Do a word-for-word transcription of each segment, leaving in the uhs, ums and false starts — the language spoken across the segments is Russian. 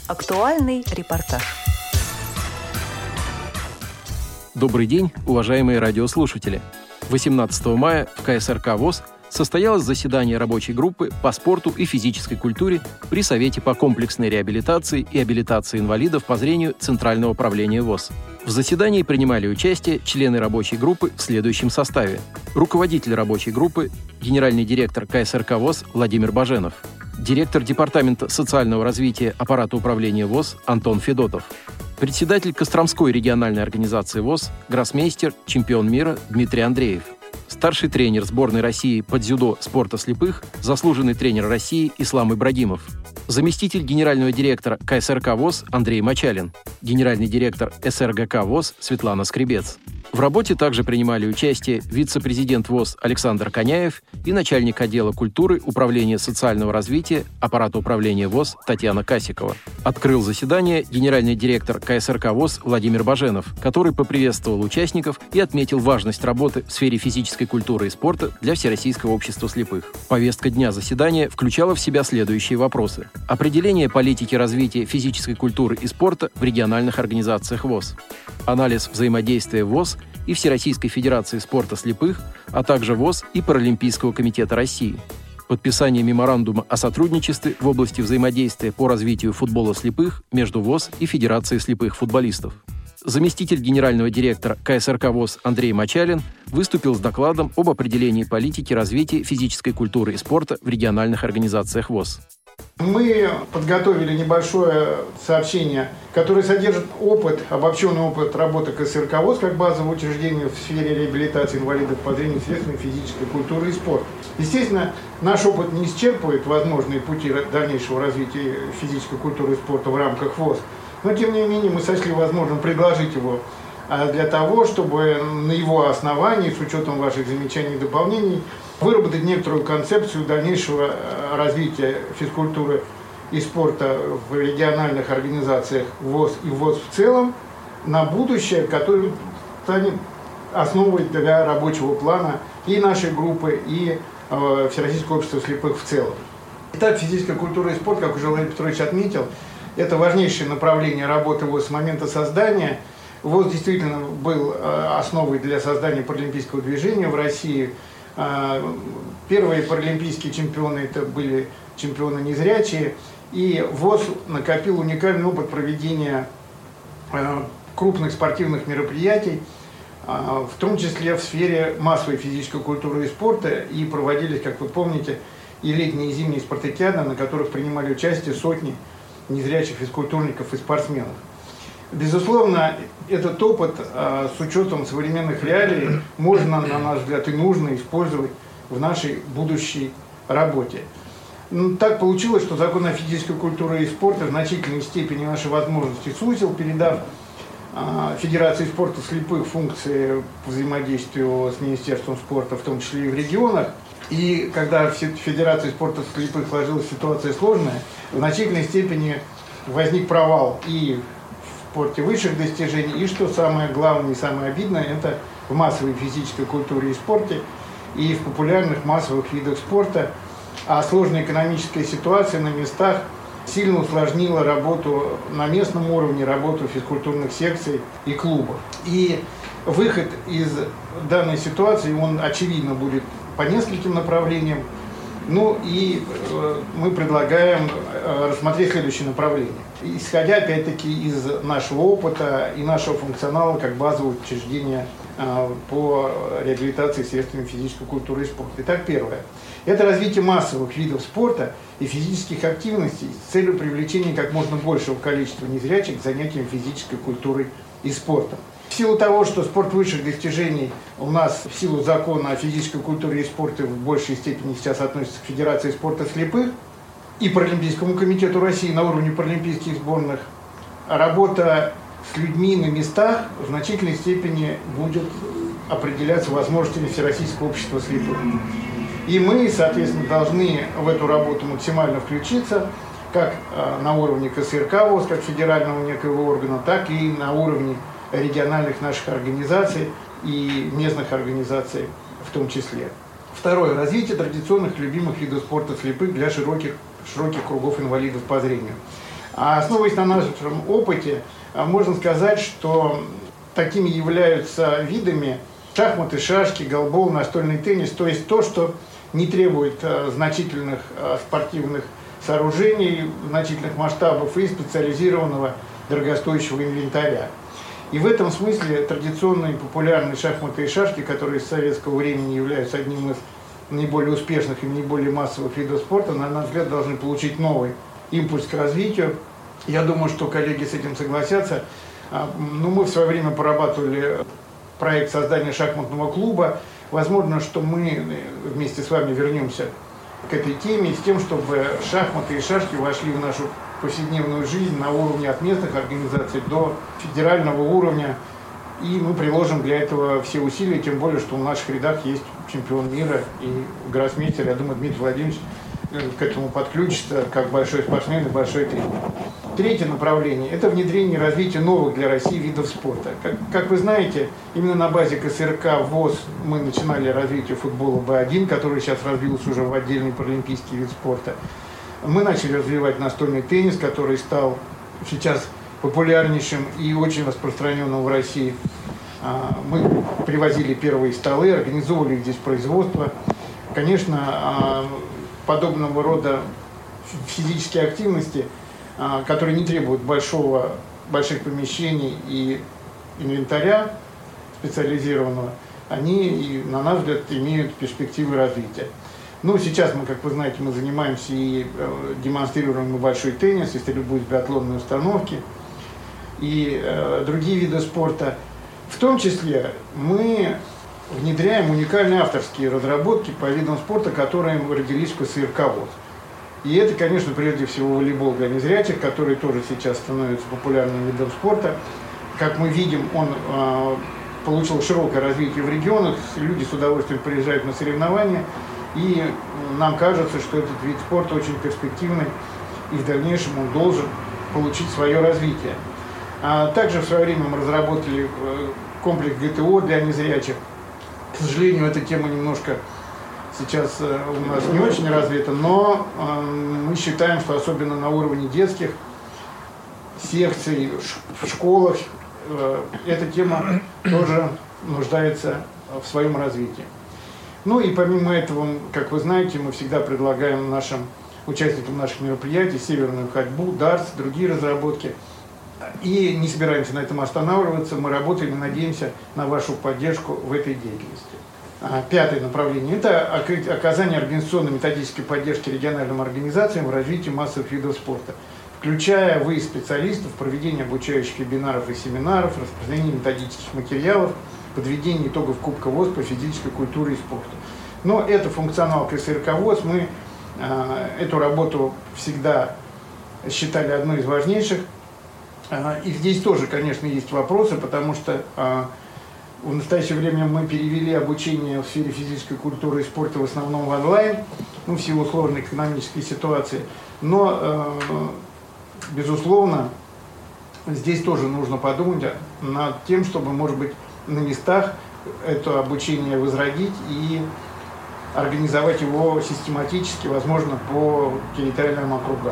Актуальный репортаж. Добрый день, уважаемые радиослушатели. восемнадцатого мая в ка эс эр ка ВОС состоялось заседание рабочей группы по спорту и физической культуре при Совете по комплексной реабилитации и абилитации инвалидов по зрению Центрального управления ВОС. В заседании принимали участие члены рабочей группы в следующем составе. Руководитель рабочей группы, генеральный директор ка эс эр ка ВОС Владимир Баженов, директор Департамента социального развития аппарата управления ВОС Антон Федотов, председатель Костромской региональной организации ВОС, гроссмейстер, чемпион мира Дмитрий Андреев, старший тренер сборной России по дзюдо спорта слепых, заслуженный тренер России Ислам Ибрагимов, заместитель генерального директора ка эс эр ка ВОС Андрей Мочалин, генеральный директор эс эр гэ ка ВОС Светлана Скребец. В работе также принимали участие вице-президент ВОС Александр Коняев и начальник отдела культуры Управления социального развития аппарата управления ВОС Татьяна Касикова. Открыл заседание генеральный директор ка эс эр ка ВОС Владимир Баженов, который поприветствовал участников и отметил важность работы в сфере физической культуры и спорта для Всероссийского общества слепых. Повестка дня заседания включала в себя следующие вопросы. Определение политики развития физической культуры и спорта в региональных организациях ВОС. Анализ взаимодействия ВОС и Всероссийской Федерации спорта слепых, а также ВОС и Паралимпийского комитета России. Подписание меморандума о сотрудничестве в области взаимодействия по развитию футбола слепых между ВОС и Федерацией слепых футболистов. Заместитель генерального директора ка эс эр ка ВОС Андрей Мочалин выступил с докладом об определении политики развития физической культуры и спорта в региональных организациях ВОС. Мы подготовили небольшое сообщение, которое содержит опыт, обобщенный опыт работы ка эс эр ка ВОС как базового учреждения в сфере реабилитации инвалидов по зрению средствами физической культуры и спорта. Естественно, наш опыт не исчерпывает возможные пути дальнейшего развития физической культуры и спорта в рамках ВОС, но тем не менее мы сочли возможным предложить его для того, чтобы на его основании, с учетом ваших замечаний и дополнений, выработать некоторую концепцию дальнейшего развития физкультуры и спорта в региональных организациях ВОС и ВОС в целом на будущее, которое станет основой для рабочего плана и нашей группы, и э, Всероссийского общества слепых в целом. Итак, физическая культура и спорт, как уже Владимир Петрович отметил, это важнейшее направление работы ВОС с момента создания. ВОС действительно был основой для создания паралимпийского движения в России. Первые паралимпийские чемпионы это были чемпионы незрячие. И ВОС накопил уникальный опыт проведения крупных спортивных мероприятий, в том числе в сфере массовой физической культуры и спорта. И проводились, как вы помните, и летние, и зимние спартакиады, на которых принимали участие сотни незрячих физкультурников и спортсменов. Безусловно, этот опыт а, с учетом современных реалий можно, на наш взгляд, и нужно использовать в нашей будущей работе. Ну, так получилось, что закон о физической культуре и спорте в значительной степени наши возможности сузил, передав а, Федерации спорта слепых функции по взаимодействию с Министерством спорта, в том числе и в регионах. И когда в Федерации спорта слепых сложилась ситуация сложная, в значительной степени возник провал и в спорте высших достижений, и, что самое главное и самое обидное, это в массовой физической культуре и спорте, и в популярных массовых видах спорта. А сложная экономическая ситуация на местах сильно усложнила работу на местном уровне, работу физкультурных секций и клубов. И выход из данной ситуации, он очевидно будет по нескольким направлениям. Ну и э, мы предлагаем э, рассмотреть следующее направление. Исходя опять-таки из нашего опыта и нашего функционала как базового учреждения э, по реабилитации средствами физической культуры и спорта. Итак, первое. Это развитие массовых видов спорта и физических активностей с целью привлечения как можно большего количества незрячих к занятиям физической культурой и спортом. В силу того, что спорт высших достижений у нас в силу закона о физической культуре и спорте в большей степени сейчас относится к Федерации спорта слепых и Паралимпийскому комитету России на уровне паралимпийских сборных, работа с людьми на местах в значительной степени будет определяться возможностями Всероссийского общества слепых. И мы, соответственно, должны в эту работу максимально включиться, как на уровне ка эс эр ка ВОС, как федерального некоего органа, так и на уровне региональных наших организаций и местных организаций в том числе. Второе. Развитие традиционных любимых видов спорта слепых для широких, широких кругов инвалидов по зрению. А основываясь на нашем опыте, можно сказать, что такими являются видами шахматы, шашки, голбол, настольный теннис, то есть то, что не требует значительных спортивных сооружений, значительных масштабов и специализированного дорогостоящего инвентаря. И в этом смысле традиционные популярные шахматы и шашки, которые с советского времени являются одним из наиболее успешных и наиболее массовых видов спорта, на наш взгляд, должны получить новый импульс к развитию. Я думаю, что коллеги с этим согласятся. Ну, мы в свое время прорабатывали проект создания шахматного клуба. Возможно, что мы вместе с вами вернемся к этой теме с тем, чтобы шахматы и шашки вошли в нашу повседневную жизнь на уровне от местных организаций до федерального уровня. И мы приложим для этого все усилия, тем более, что в наших рядах есть чемпион мира и гроссмейстер. Я думаю, Дмитрий Владимирович к этому подключится, как большой спортсмен и большой тренер. Третье направление – это внедрение и развитие новых для России видов спорта. Как, как вы знаете, именно на базе ка эс эр ка ВОС мы начинали развитие футбола бэ один, который сейчас развился уже в отдельный паралимпийский вид спорта. Мы начали развивать настольный теннис, который стал сейчас популярнейшим и очень распространенным в России. Мы привозили первые столы, организовывали здесь производство. Конечно, подобного рода физические активности, которые не требуют большого, больших помещений и инвентаря специализированного, они, на наш взгляд, имеют перспективы развития. Ну, сейчас мы, как вы знаете, мы занимаемся и э, демонстрируем и большой теннис, и стрельбу из биатлонной установки, и э, другие виды спорта. В том числе мы внедряем уникальные авторские разработки по видам спорта, которые родились в ка эс эр ка ВОС. И это, конечно, прежде всего волейбол для незрячих, который тоже сейчас становится популярным видом спорта. Как мы видим, он э, получил широкое развитие в регионах, люди с удовольствием приезжают на соревнования, и нам кажется, что этот вид спорта очень перспективный, и в дальнейшем он должен получить свое развитие. А также в свое время мы разработали комплекс гэ тэ о для незрячих. К сожалению, эта тема немножко сейчас у нас не очень развита, но мы считаем, что особенно на уровне детских секций в школах эта тема тоже нуждается в своем развитии. Ну и помимо этого, как вы знаете, мы всегда предлагаем нашим участникам наших мероприятий северную ходьбу, дартс, другие разработки. И не собираемся на этом останавливаться, мы работаем и надеемся на вашу поддержку в этой деятельности. Пятое направление – это оказание организационно-методической поддержки региональным организациям в развитии массовых видов спорта, включая выезд специалистов, проведение обучающих вебинаров и семинаров, распространение методических материалов, подведение итогов Кубка ВОС по физической культуре и спорту. Но это функционал ка эс эр ка ВОС. Мы э, эту работу всегда считали одной из важнейших. Э, и здесь тоже, конечно, есть вопросы, потому что э, в настоящее время мы перевели обучение в сфере физической культуры и спорта в основном в онлайн, ну, в силу сложной экономической ситуации. Но, э, безусловно, здесь тоже нужно подумать над тем, чтобы, может быть, на местах это обучение возродить и организовать его систематически, возможно, по территориальным округам.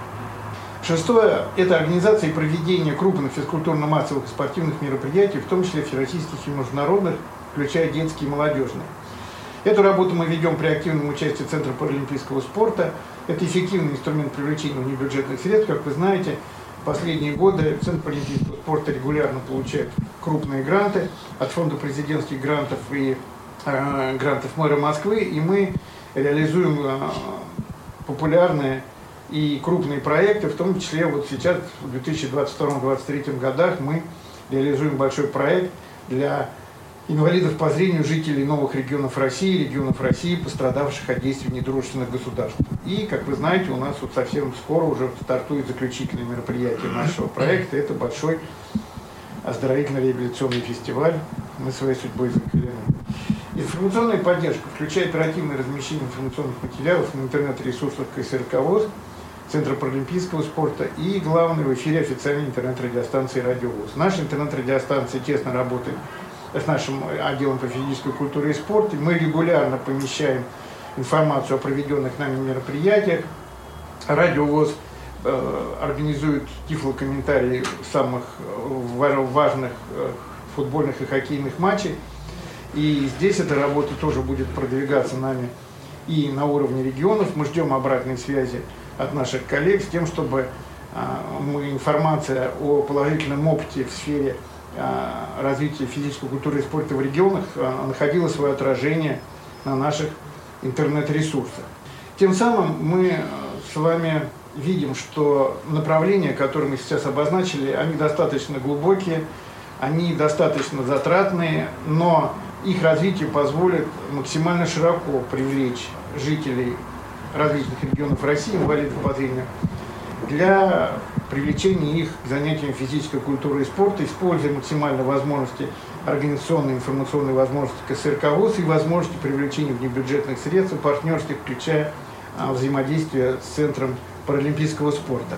Шестое – это организация и проведение крупных физкультурно-массовых и спортивных мероприятий, в том числе всероссийских и международных, включая детские и молодежные. Эту работу мы ведем при активном участии Центра паралимпийского спорта. Это эффективный инструмент привлечения внебюджетных средств. Как вы знаете, в последние годы Центр паралимпийского спорта регулярно получает крупные гранты от Фонда президентских грантов и э, грантов мэра Москвы, и мы реализуем э, популярные и крупные проекты, в том числе вот сейчас в две тысячи двадцать втором — две тысячи двадцать третьем годах мы реализуем большой проект для инвалидов по зрению, жителей новых регионов России, регионов России, пострадавших от действий недружественных государств. И, как вы знаете, у нас вот совсем скоро уже стартует заключительное мероприятие нашего проекта. Это большой оздоровительно-реабилитационный фестиваль «Мы своей судьбой закалены». Информационная поддержка включает оперативное размещение информационных материалов на интернет-ресурсах ка эс эр ка ВОС, Центра паралимпийского спорта и, главное, в эфире официальной интернет-радиостанции «Радио ВОС». Наша интернет-радиостанция тесно работает с нашим отделом по физической культуре и спорту. Мы регулярно помещаем информацию о проведенных нами мероприятиях. Радио ВОС организует тифлокомментарии самых важных футбольных и хоккейных матчей. И здесь эта работа тоже будет продвигаться нами и на уровне регионов. Мы ждем обратной связи от наших коллег с тем, чтобы мы, информация о положительном опыте в сфере развития физической культуры и спорта в регионах находила свое отражение на наших интернет-ресурсах. Тем самым мы с вами видим, что направления, которые мы сейчас обозначили, они достаточно глубокие, они достаточно затратные, но их развитие позволит максимально широко привлечь жителей различных регионов России, инвалидов по зрению, для привлечения их к занятиям физической культуры и спорта, используя максимально возможности организационные, информационные возможности ка эс эр ка ВОС и возможности привлечения внебюджетных средств и партнерских, включая а, взаимодействие с Центром паралимпийского спорта.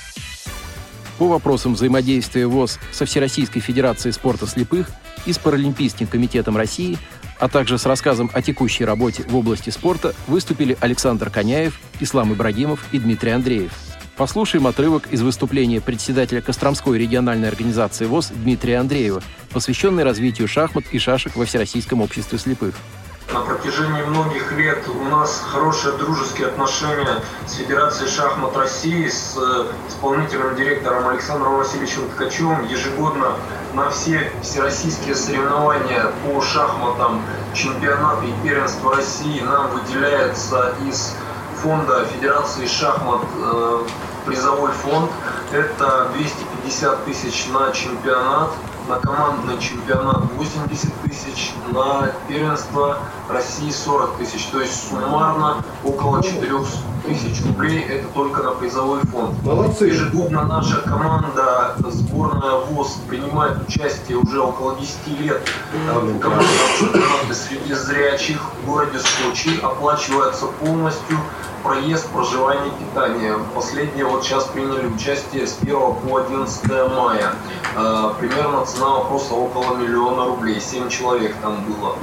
По вопросам взаимодействия ВОС со Всероссийской Федерацией спорта слепых и с Паралимпийским комитетом России, а также с рассказом о текущей работе в области спорта выступили Александр Коняев, Ислам Ибрагимов и Дмитрий Андреев. Послушаем отрывок из выступления председателя Костромской региональной организации ВОС Дмитрия Андреева, посвященный развитию шахмат и шашек во Всероссийском обществе слепых. На протяжении многих лет у нас хорошие дружеские отношения с Федерацией шахмат России, с исполнительным директором Александром Васильевичем Ткачевым. Ежегодно на все всероссийские соревнования по шахматам, чемпионаты и первенства России нам выделяется из фонда Федерации шахмат э, призовой фонд. Это двести пятьдесят тысяч на чемпионат, на командный чемпионат восемьдесят тысяч, на первенство России сорок тысяч. То есть суммарно около четырёхсот тысяч рублей. Это только на призовой фонд. Молодцы. Ежегодно наша команда, сборная ВОС, принимает участие уже около десяти лет в командном чемпионате среди зрячих в городе Сочи. Оплачивается полностью проезд, проживание, питание. Последние вот сейчас приняли участие с первого по одиннадцатое мая. Э, примерно цена вопроса около миллиона рублей. семь человек там было.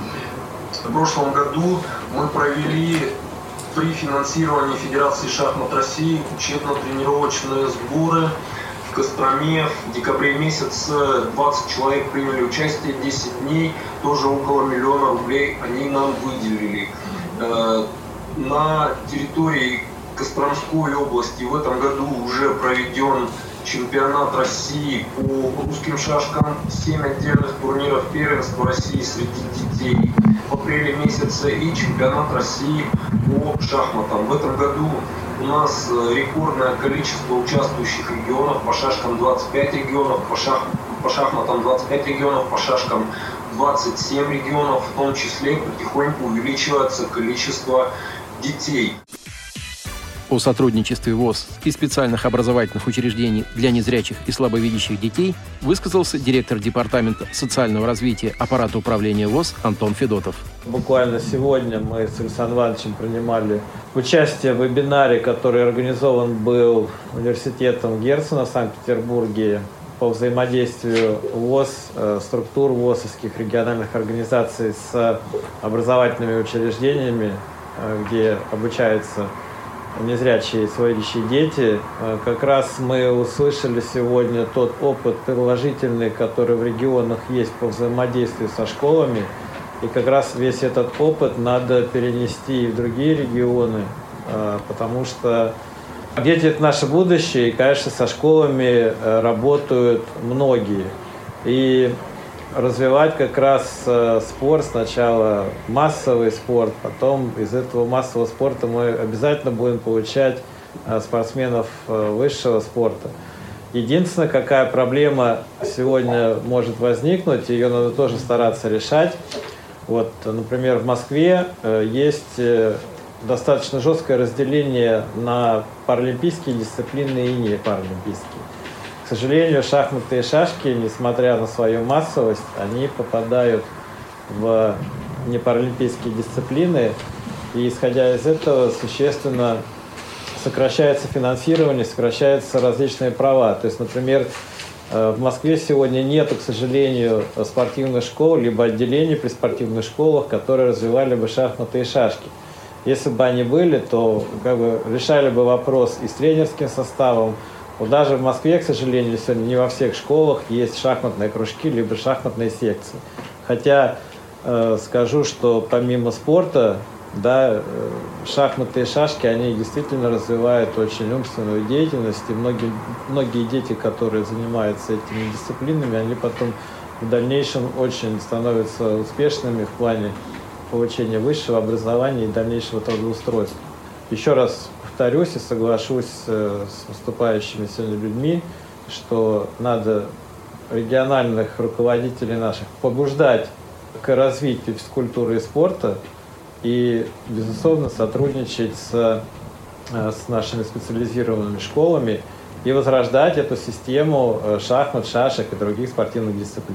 В прошлом году мы провели при финансировании Федерации шахмат России учебно-тренировочные сборы в Костроме. В декабре месяце двадцать человек приняли участие, десять дней, тоже около миллиона рублей они нам выделили. Э, На территории Костромской области в этом году уже проведен чемпионат России по русским шашкам, семь отдельных турниров первенства России среди детей в апреле месяце и чемпионат России по шахматам. В этом году у нас рекордное количество участвующих регионов, по шашкам двадцать пять регионов, по, шах... по шахматам двадцать пять регионов, по шашкам двадцать семь регионов, в том числе потихоньку увеличивается количество детей. О сотрудничестве ВОС и специальных образовательных учреждений для незрячих и слабовидящих детей высказался директор Департамента социального развития аппарата управления ВОС Антон Федотов. Буквально сегодня мы с Александром Ивановичем принимали участие в вебинаре, который организован был университетом Герцена в Санкт-Петербурге по взаимодействию ВОС, структур ВОСовских региональных организаций с образовательными учреждениями, где обучаются незрячие и слабовидящие дети. Как раз мы услышали сегодня тот опыт положительный, который в регионах есть по взаимодействию со школами. И как раз весь этот опыт надо перенести и в другие регионы, потому что дети – это наше будущее, и, конечно, со школами работают многие. И развивать как раз спорт, сначала массовый спорт, потом из этого массового спорта мы обязательно будем получать спортсменов высшего спорта. Единственное, какая проблема сегодня может возникнуть, ее надо тоже стараться решать. Вот, например, в Москве есть достаточно жесткое разделение на паралимпийские дисциплины и не паралимпийские. К сожалению, шахматы и шашки, несмотря на свою массовость, они попадают в непаралимпийские дисциплины, и исходя из этого существенно сокращается финансирование, сокращаются различные права. То есть, например, в Москве сегодня нету, к сожалению, спортивных школ, либо отделений при спортивных школах, которые развивали бы шахматы и шашки. Если бы они были, то как бы решали бы вопрос и с тренерским составом. Вот даже в Москве, к сожалению, сегодня не во всех школах есть шахматные кружки, либо шахматные секции. Хотя э, скажу, что помимо спорта, да, э, шахматы и шашки, они действительно развивают очень умственную деятельность. И многие, многие дети, которые занимаются этими дисциплинами, они потом в дальнейшем очень становятся успешными в плане получения высшего образования и дальнейшего трудоустройства. Еще раз повторюсь и соглашусь с выступающими сегодня людьми, что надо региональных руководителей наших побуждать к развитию физкультуры и спорта и, безусловно, сотрудничать с, с нашими специализированными школами и возрождать эту систему шахмат, шашек и других спортивных дисциплин.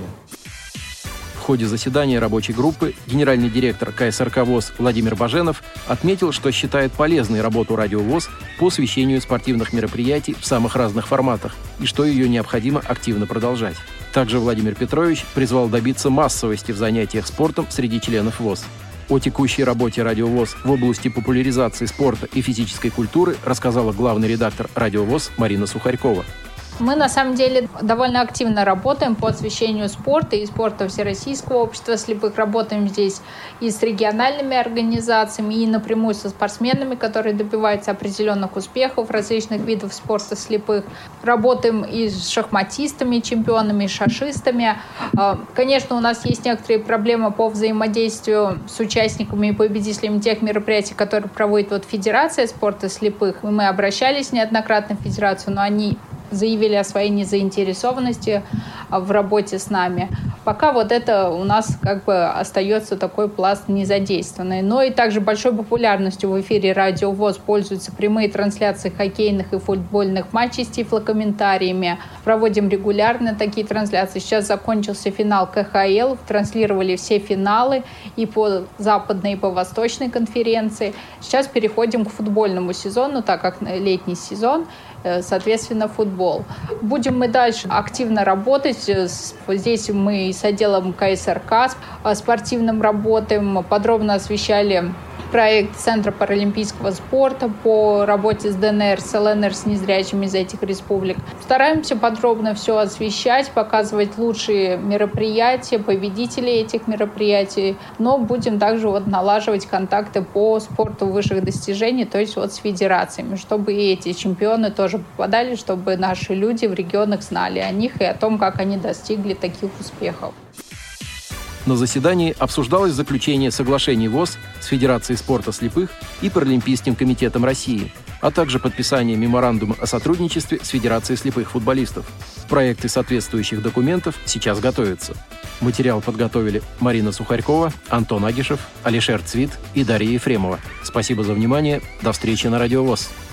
В ходе заседания рабочей группы генеральный директор ка эс эр ка ВОС Владимир Баженов отметил, что считает полезной работу Радио ВОС по освещению спортивных мероприятий в самых разных форматах и что ее необходимо активно продолжать. Также Владимир Петрович призвал добиться массовости в занятиях спортом среди членов ВОС. О текущей работе Радио ВОС в области популяризации спорта и физической культуры рассказала главный редактор Радио ВОС Марина Сухарькова. Мы, на самом деле, довольно активно работаем по освещению спорта и спорта Всероссийского общества слепых. Работаем здесь и с региональными организациями, и напрямую со спортсменами, которые добиваются определенных успехов в различных видах спорта слепых. Работаем и с шахматистами, чемпионами, и шашистами. Конечно, у нас есть некоторые проблемы по взаимодействию с участниками и победителями тех мероприятий, которые проводит вот Федерация спорта слепых. Мы обращались неоднократно в Федерацию, но они заявили о своей незаинтересованности в работе с нами. Пока вот это у нас как бы остается такой пласт незадействованный. Но и также большой популярностью в эфире Радио ВОС пользуются прямые трансляции хоккейных и футбольных матчей с тифлокомментариями. Проводим регулярно такие трансляции. Сейчас закончился финал ка ха эл. Транслировали все финалы и по западной, и по восточной конференции. Сейчас переходим к футбольному сезону, так как летний сезон, соответственно, футбол. Будем мы дальше активно работать. Здесь мы с отделом ка эс эр ка спортивным работаем. Подробно освещали проект Центра паралимпийского спорта по работе с дэ эн эр, с эл эн эр, с незрячими из этих республик. Стараемся подробно все освещать, показывать лучшие мероприятия, победителей этих мероприятий, но будем также вот налаживать контакты по спорту высших достижений, то есть вот с федерациями, чтобы и эти чемпионы тоже попадали, чтобы наши люди в регионах знали о них и о том, как они достигли таких успехов. На заседании обсуждалось заключение соглашений ВОС с Федерацией спорта слепых и Паралимпийским комитетом России, а также подписание меморандума о сотрудничестве с Федерацией слепых футболистов. Проекты соответствующих документов сейчас готовятся. Материал подготовили Марина Сухарькова, Антон Агишев, Алишер Цвит и Дарья Ефремова. Спасибо за внимание. До встречи на Радио ВОС.